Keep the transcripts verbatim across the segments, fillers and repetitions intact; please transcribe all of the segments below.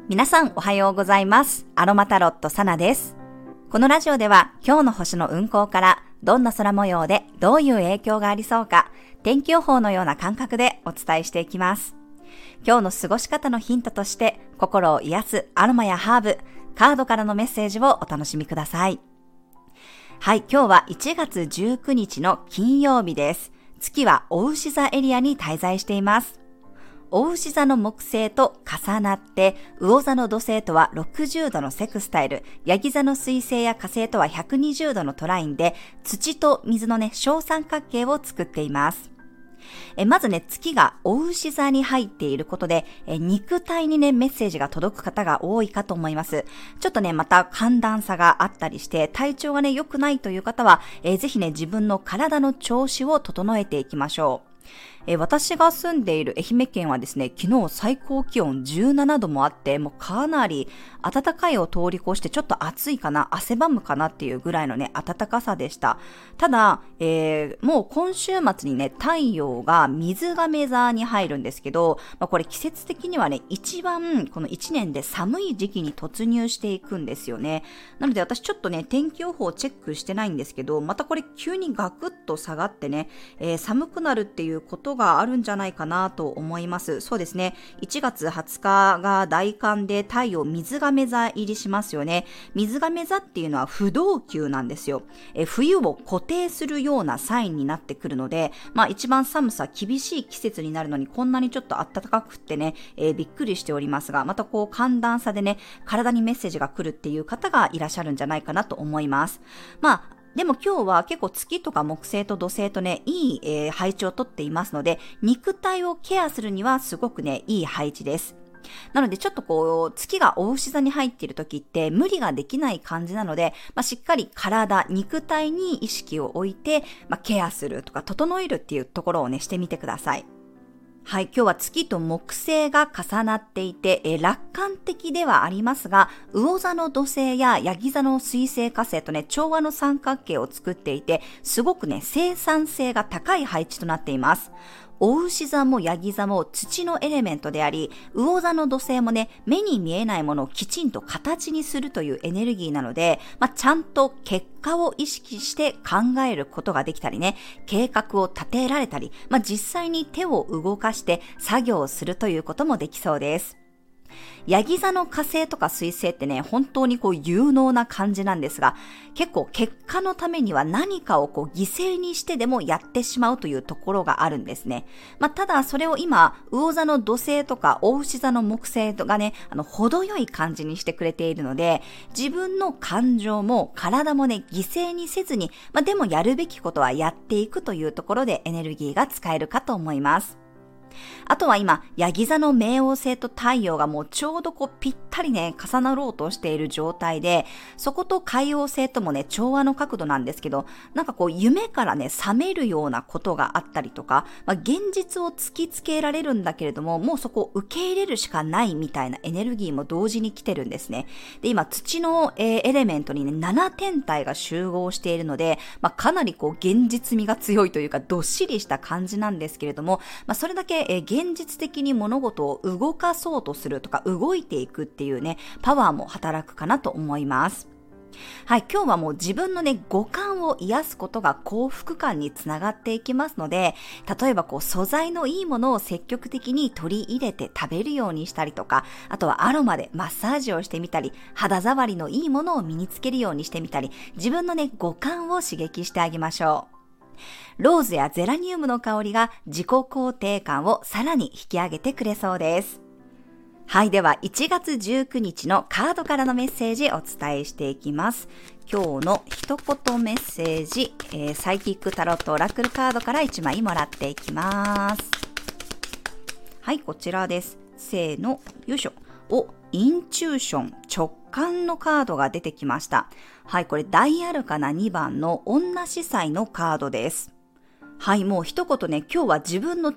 皆さんおはようございます。アロマタロットサナです。このラジオでは今日の星の運行からどんな空模様でどういう影響がありそうか、天気予報のような感覚でお伝えしていきます。今日の過ごし方のヒントとして心を癒すアロマやハーブ、カードからのメッセージをお楽しみください。はい、今日はいちがつじゅうくにちの金曜日です。月は牡牛座エリアに滞在しています。牡牛座の木星と重なって、魚座の土星とはろくじゅうどのセクスタイル、ヤギ座の水星や火星とはひゃくにじゅうどのトラインで、土と水のね、小三角形を作っています。えまずね、月が牡牛座に入っていることで、え肉体にね、メッセージが届く方が多いかと思います。ちょっとね、また寒暖差があったりして、体調がね、良くないという方は、えぜひね、自分の体の調子を整えていきましょう。え私が住んでいる愛媛県はですね、昨日最高気温じゅうななどもあって、もうかなり暖かいを通り越してちょっと暑いかな、汗ばむかなっていうぐらいのね、暖かさでした。ただ、えー、もう今週末にね、太陽が水亀座に入るんですけど、まあ、これ季節的にはね、一番このいちねんで寒い時期に突入していくんですよね。なので私ちょっとね、天気予報をチェックしてないんですけど、またこれ急にガクッと下がってね、えー、寒くなるっていうことがあるんじゃないかなと思います。そうですね。いちがつはつかが大寒で太陽水亀座入りしますよね。水亀座っていうのは不動級なんですよ。え冬を固定するようなサインになってくるので、まあ一番寒さ厳しい季節になるのにこんなにちょっと暖かくってね、えー、びっくりしておりますが、またこう寒暖差でね、体にメッセージが来るっていう方がいらっしゃるんじゃないかなと思います。まあでも今日は結構月とか木星と土星とね、いい、えー、配置をとっていますので、肉体をケアするにはすごくね、いい配置です。なのでちょっとこう、月が牡牛座に入っている時って無理ができない感じなので、まあ、しっかり体、肉体に意識を置いて、まあ、ケアするとか整えるっていうところをね、してみてください。はい、今日は月と木星が重なっていて、えー、楽観的ではありますが、魚座の土星やヤギ座の水星火星とね、調和の三角形を作っていて、すごくね、生産性が高い配置となっています。牡牛座もヤギ座も土のエレメントであり、魚座の土星もね、目に見えないものをきちんと形にするというエネルギーなので、まあ、ちゃんと結果を意識して考えることができたりね、計画を立てられたり、まあ、実際に手を動かして作業をするということもできそうです。ヤギ座の火星とか水星ってね、本当にこう有能な感じなんですが、結構結果のためには何かをこう犠牲にしてでもやってしまうというところがあるんですね。まあ、ただそれを今、魚座の土星とか牡牛座の木星とかね、あの、程よい感じにしてくれているので、自分の感情も体もね、犠牲にせずに、まあ、でもやるべきことはやっていくというところでエネルギーが使えるかと思います。あとは今、ヤギ座の冥王星と太陽がもうちょうどこうぴったりね、重なろうとしている状態で、そこと海王星ともね、調和の角度なんですけど、なんかこう夢からね、覚めるようなことがあったりとか、まあ、現実を突きつけられるんだけれども、もうそこを受け入れるしかないみたいなエネルギーも同時に来てるんですね。で、今、土の、えー、エレメントにね、ななてんたいが集合しているので、まあ、かなりこう現実味が強いというか、どっしりした感じなんですけれども、まあ、それだけえ現実的に物事を動かそうとするとか動いていくっていうね、パワーも働くかなと思います。はい、今日はもう自分のね、五感を癒すことが幸福感につながっていきますので、例えばこう素材のいいものを積極的に取り入れて食べるようにしたりとか、あとはアロマでマッサージをしてみたり、肌触りのいいものを身につけるようにしてみたり、自分のね、五感を刺激してあげましょう。ローズやゼラニウムの香りが自己肯定感をさらに引き上げてくれそうです。はい、ではいちがつじゅうくにちのカードからのメッセージお伝えしていきます。今日の一言メッセージ、えー、サイキックタロットオラクルカードからいちまいもらっていきます。はい、こちらです。せーの、よいしょ。お、インチューション、直感のカードが出てきました。はい、これ大アルカナにばんの女司祭のカードです。はい、もう一言ね、今日は自分の直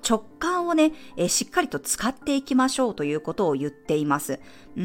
感をね、えー、しっかりと使っていきましょうということを言っています。うん、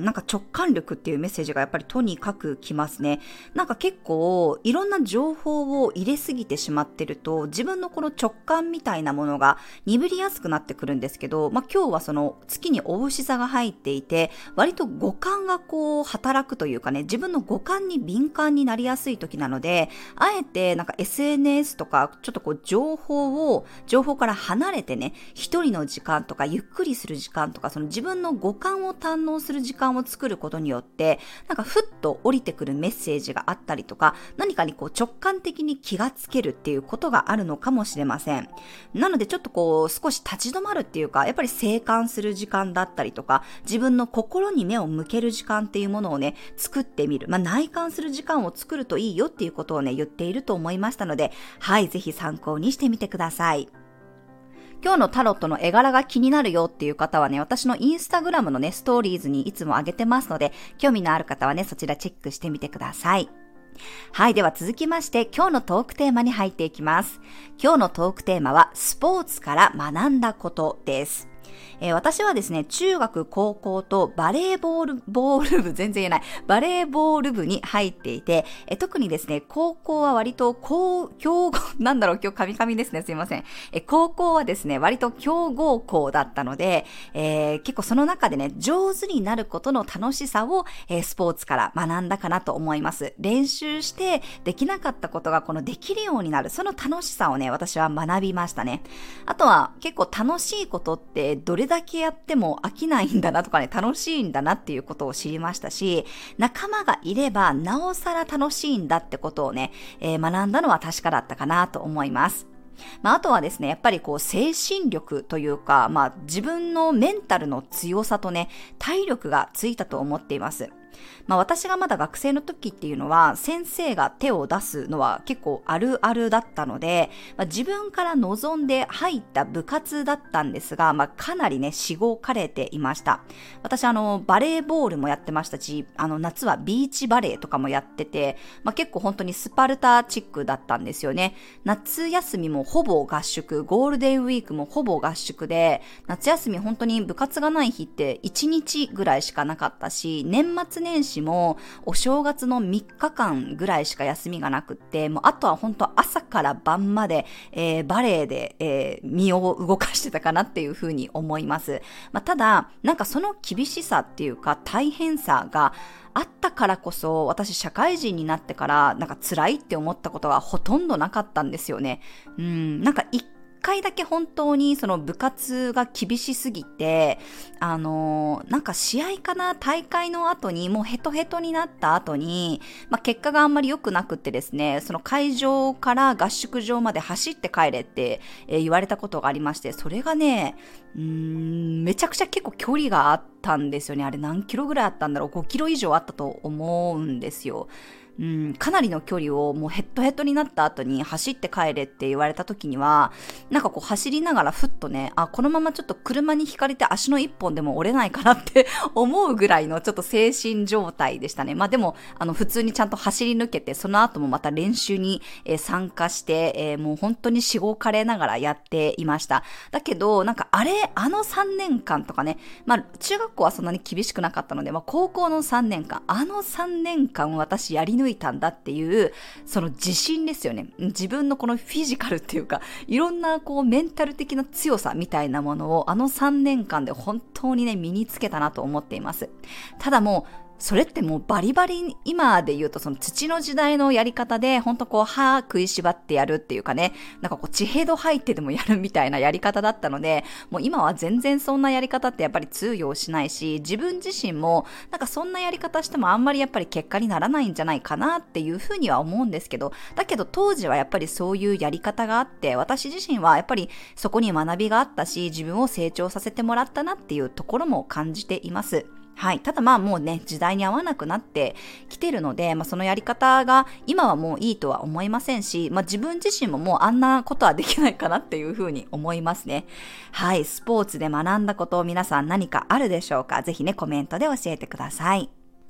なんか直感力っていうメッセージがやっぱりとにかくきますね。なんか結構いろんな情報を入れすぎてしまってると、自分のこの直感みたいなものが鈍りやすくなってくるんですけど、まあ今日はその月にお牛座が入っていて、割と五感がこう働くというかね、自分の五感に敏感になりやすい時なので、あえてなんか エスエヌエス とかちょっとこう情報を、情報から離れてね、一人の時間とかゆっくりする時間とか、その自分の五感を堪能する時間を作ることによって、なんかふっと降りてくるメッセージがあったりとか、何かにこう直感的に気がつけるっていうことがあるのかもしれません。なのでちょっとこう少し立ち止まるっていうか、やっぱり静観する時間だったりとか、自分の心に目を向ける時間っていうものをね、作ってみる。まあ内観する時間を作るといいよっていうことをね、言っていると思いましたので、はい、ぜひ参考にしてみてください。今日のタロットの絵柄が気になるよっていう方はね、私のインスタグラムのね、ストーリーズにいつも上げてますので、興味のある方はね、そちらチェックしてみてください。はい、では続きまして、今日のトークテーマに入っていきます。今日のトークテーマは、スポーツから学んだことです。えー、私はですね、中学、高校とバレーボール、ボール部、全然言えない、バレーボール部に入っていて、えー、特にですね、高校は割と高、強豪、なんだろう、今日カミカミですね、すいません。えー、高校はですね、割と強豪校だったので、えー、結構その中でね、上手になることの楽しさを、えー、スポーツから学んだかなと思います。練習してできなかったことがこのできるようになる、その楽しさをね、私は学びましたね。あとは結構楽しいことってどれだけやっても飽きないんだなとかね、楽しいんだなっていうことを知りましたし、仲間がいればなおさら楽しいんだってことをね、えー、学んだのは確かだったかなと思います。まあ、あとはですね、やっぱりこう精神力というか、まあ自分のメンタルの強さとね、体力がついたと思っています。まあ私がまだ学生の時っていうのは先生が手を出すのは結構あるあるだったので、まあ、自分から望んで入った部活だったんですが、まあかなりね、しごかれていました。私あの、バレーボールもやってましたし、あの夏はビーチバレーとかもやってて、まあ結構本当にスパルタチックだったんですよね。夏休みもほぼ合宿、ゴールデンウィークもほぼ合宿で、夏休み本当に部活がない日っていちにちぐらいしかなかったし、年末年始もお正月のみっかかんぐらいしか休みがなくって、もうあとは本当朝から晩まで、えー、バレーで、えー、身を動かしてたかなっていうふうに思います。まあ、ただ、なんかその厳しさっていうか大変さがあったからこそ、私社会人になってからなんか辛いって思ったことがほとんどなかったんですよね。うん、なんか一一回だけ本当にその部活が厳しすぎて、あのー、なんか試合かな、大会の後にもうヘトヘトになった後に、まあ、結果があんまり良くなくってですね、その会場から合宿場まで走って帰れって、えー、言われたことがありまして、それがね、うーん、めちゃくちゃ結構距離があったんですよね。あれ何キロぐらいあったんだろう、ごキロ以上あったと思うんですよ。うん、かなりの距離をもうヘッドヘッドになった後に走って帰れって言われた時には、なんかこう走りながらふっとね、あ、このままちょっと車にひかれて足の一本でも折れないかなって思うぐらいのちょっと精神状態でしたね。まあでも、あの普通にちゃんと走り抜けて、その後もまた練習に、えー、参加して、えー、もう本当にしごかれながらやっていました。だけど、なんかあれ、あのさんねんかんとかね、まあ中学校はそんなに厳しくなかったので、まあ高校のさんねんかん、あのさんねんかん私やり抜いたんだっていうその自信ですよね。自分のこのフィジカルっていうか、いろんなこうメンタル的な強さみたいなものをあのさんねんかんで本当にね身につけたなと思っています。ただもうそれってもうバリバリ今で言うとその土の時代のやり方で本当こう歯食いしばってやるっていうかね、なんかこう地平道入ってでもやるみたいなやり方だったので、もう今は全然そんなやり方ってやっぱり通用しないし、自分自身もなんかそんなやり方してもあんまりやっぱり結果にならないんじゃないかなっていうふうには思うんですけど、だけど当時はやっぱりそういうやり方があって、私自身はやっぱりそこに学びがあったし、自分を成長させてもらったなっていうところも感じています。はい。ただまあもうね、時代に合わなくなってきてるので、まあそのやり方が今はもういいとは思いませんし、まあ自分自身ももうあんなことはできないかなっていうふうに思いますね。はい。スポーツで学んだことを皆さん何かあるでしょうか？ぜひね、コメントで教えてください。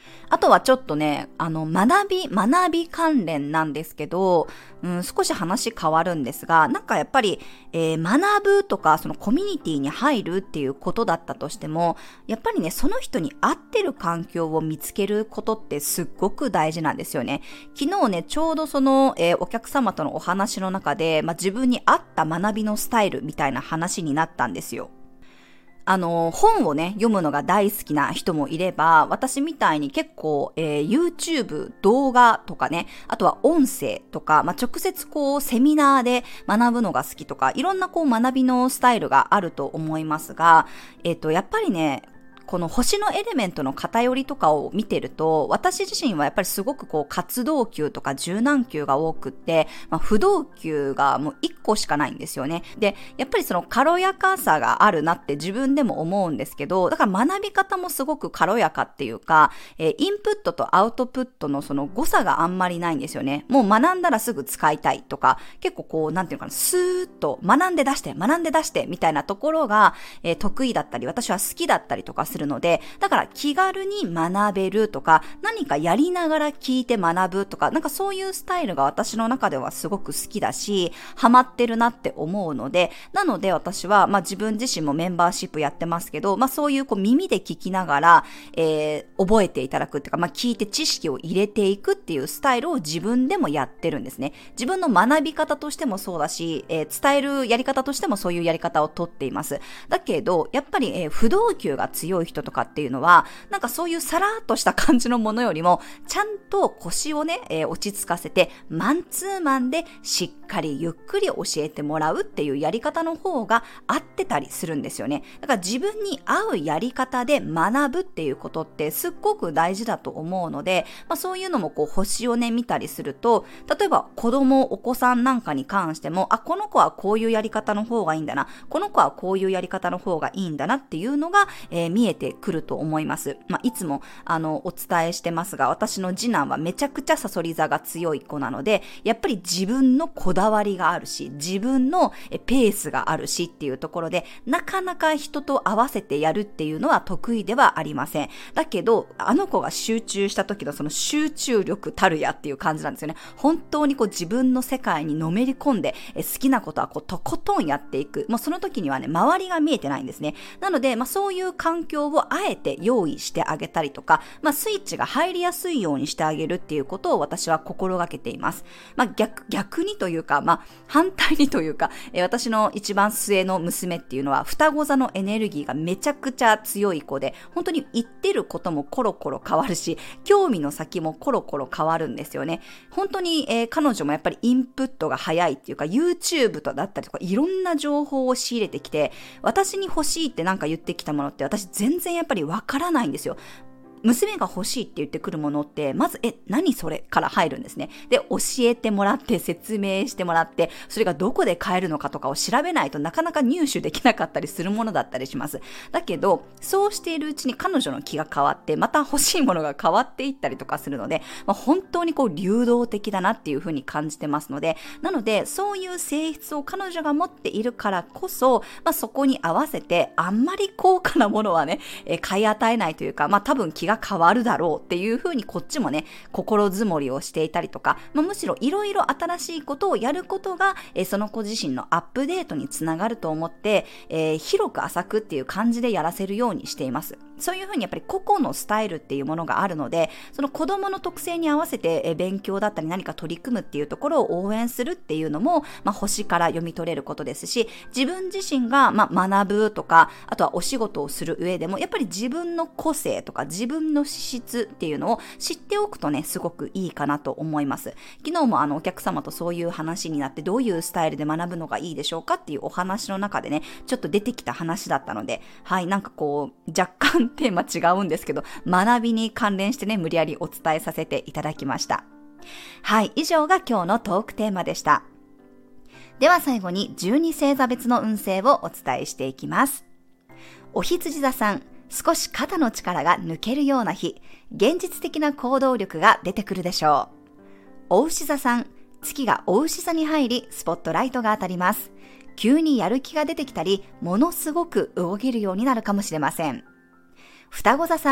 あとはちょっとね、あの、学び、学び関連なんですけど、うん、少し話変わるんですが、なんかやっぱり、えー、学ぶとか、そのコミュニティに入るっていうことだったとしても、やっぱりね、その人に合ってる環境を見つけることってすっごく大事なんですよね。昨日ね、ちょうどその、えー、お客様とのお話の中で、まあ、自分に合った学びのスタイルみたいな話になったんですよ。あの、本をね、読むのが大好きな人もいれば、私みたいに結構、えー、YouTube、動画とかね、あとは音声とか、まあ、直接こう、セミナーで学ぶのが好きとか、いろんなこう、学びのスタイルがあると思いますが、えっと、やっぱりね、この星のエレメントの偏りとかを見てると、私自身はやっぱりすごくこう活動球とか柔軟球が多くって、まあ、不動球がもういっこしかないんですよね。で、やっぱりその軽やかさがあるなって自分でも思うんですけど、だから学び方もすごく軽やかっていうか、えー、インプットとアウトプットのその誤差があんまりないんですよね。もう学んだらすぐ使いたいとか、結構こう、なんていうかな、スーッと学んで出して、学んで出してみたいなところが、えー、得意だったり、私は好きだったりとかするので、だから気軽に学べるとか、何かやりながら聞いて学ぶとか、なんかそういうスタイルが私の中ではすごく好きだし、ハマってるなって思うので、なので私は、まあ自分自身もメンバーシップやってますけど、まあそういうこう耳で聞きながら、えー、覚えていただくっていうか、まあ聞いて知識を入れていくっていうスタイルを自分でもやってるんですね。自分の学び方としてもそうだし、えー、伝えるやり方としてもそういうやり方をとっています。だけど、やっぱり、えー、不動級が強い人とかっていうのは、なんかそういうさらっとした感じのものよりも、ちゃんと腰をね、えー、落ち着かせて、マンツーマンでしっかりゆっくり教えてもらうっていうやり方の方が合ってたりするんですよね。だから自分に合うやり方で学ぶっていうことってすっごく大事だと思うので、まあそういうのもこう星をね、見たりすると、例えば子供、お子さんなんかに関しても、あ、この子はこういうやり方の方がいいんだな、この子はこういうやり方の方がいいんだなっていうのが、えー、見えてくると思います。まあ、いつもあのお伝えしてますが、私の次男はめちゃくちゃサソリ座が強い子なので、やっぱり自分のこだわりがあるし、自分のペースがあるしっていうところで、なかなか人と合わせてやるっていうのは得意ではありません。だけど、あの子が集中した時のその集中力たるやっていう感じなんですよね。本当にこう自分の世界にのめり込んで、え好きなことはこうとことんやっていく。もうその時にはね、周りが見えてないんですね。なので、まあそういう環境をあえて用意してあげたりとか、まあスイッチが入りやすいようにしてあげるっていうことを私は心がけています。まあ逆、逆にというか、まあ反対にというか、え私の一番末の娘っていうのは双子座のエネルギーがめちゃくちゃ強い子で、本当に言ってることもコロコロ変わるし、興味の先もコロコロ変わるんですよね。本当に、えー、彼女もやっぱりインプットが早いっていうか、YouTube とだったりとかいろんな情報を仕入れてきて、私に欲しいってなんか言ってきたものって私全然やっぱりわからないんですよ。娘が欲しいって言ってくるものって、まず、え、何それから入るんですね。で、教えてもらって、説明してもらって、それがどこで買えるのかとかを調べないとなかなか入手できなかったりするものだったりします。だけど、そうしているうちに彼女の気が変わって、また欲しいものが変わっていったりとかするので、まあ、本当にこう流動的だなっていうふうに感じてますので、なので、そういう性質を彼女が持っているからこそ、まあ、そこに合わせて、あんまり高価なものはね、えー、買い与えないというか、まあ、多分気がが変わるだろうっていう風にこっちもね、心づもりをしていたりとか、まあ、むしろいろいろ新しいことをやることが、えー、その子自身のアップデートにつながると思って、えー、広く浅くっていう感じでやらせるようにしています。そういう風にやっぱり個々のスタイルっていうものがあるので、その子供の特性に合わせて、えー、勉強だったり何か取り組むっていうところを応援するっていうのも、まあ、星から読み取れることですし、自分自身が、まあ、学ぶとか、あとはお仕事をする上でも、やっぱり自分の個性とか自分の資質っていうのを知っておくとね、すごくいいかなと思います。昨日もあのお客様とそういう話になって、どういうスタイルで学ぶのがいいでしょうかっていうお話の中でね、ちょっと出てきた話だったので、はい、なんかこう若干テーマ違うんですけど、学びに関連してね、無理やりお伝えさせていただきました。はい、以上が今日のトークテーマでした。では最後にじゅうに星座別の運勢をお伝えしていきます。お羊座さん、少し肩の力が抜けるような日、現実的な行動力が出てくるでしょう。お牛座さん、月がお牛座に入り、スポットライトが当たります。急にやる気が出てきたり、ものすごく動けるようになるかもしれません。双子座さん、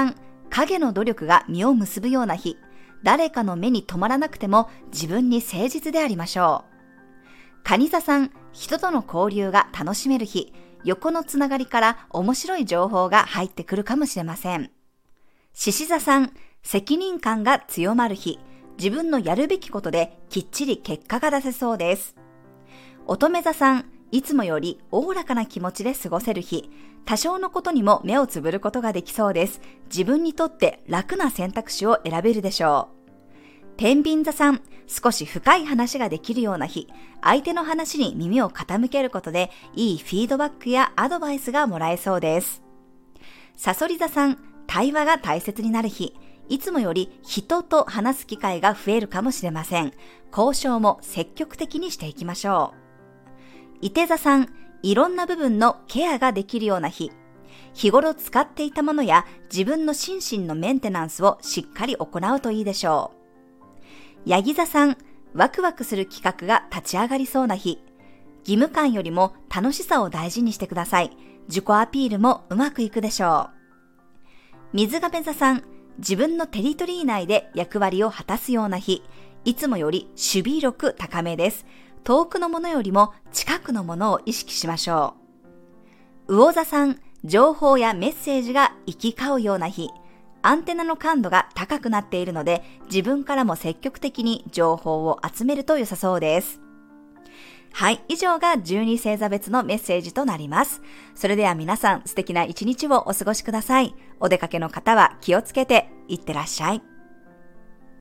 影の努力が実を結ぶような日、誰かの目に留まらなくても自分に誠実でありましょう。蟹座さん、人との交流が楽しめる日、横のつながりから面白い情報が入ってくるかもしれません。獅子座さん、責任感が強まる日、自分のやるべきことできっちり結果が出せそうです。乙女座さん、いつもよりおおらかな気持ちで過ごせる日、多少のことにも目をつぶることができそうです。自分にとって楽な選択肢を選べるでしょう。天秤座さん、少し深い話ができるような日、相手の話に耳を傾けることでいいフィードバックやアドバイスがもらえそうです。蠍座さん、対話が大切になる日、いつもより人と話す機会が増えるかもしれません。交渉も積極的にしていきましょう。射手座さん、いろんな部分のケアができるような日、日頃使っていたものや自分の心身のメンテナンスをしっかり行うといいでしょう。ヤギ座さん、ワクワクする企画が立ち上がりそうな日、義務感よりも楽しさを大事にしてください。自己アピールもうまくいくでしょう。水亀座さん、自分のテリトリー内で役割を果たすような日、いつもより守備力高めです。遠くのものよりも近くのものを意識しましょう。魚座さん、情報やメッセージが行き交うような日、アンテナの感度が高くなっているので、自分からも積極的に情報を集めると良さそうです。はい、以上がじゅうに星座別のメッセージとなります。それでは皆さん、素敵な一日をお過ごしください。お出かけの方は気をつけていってらっしゃい。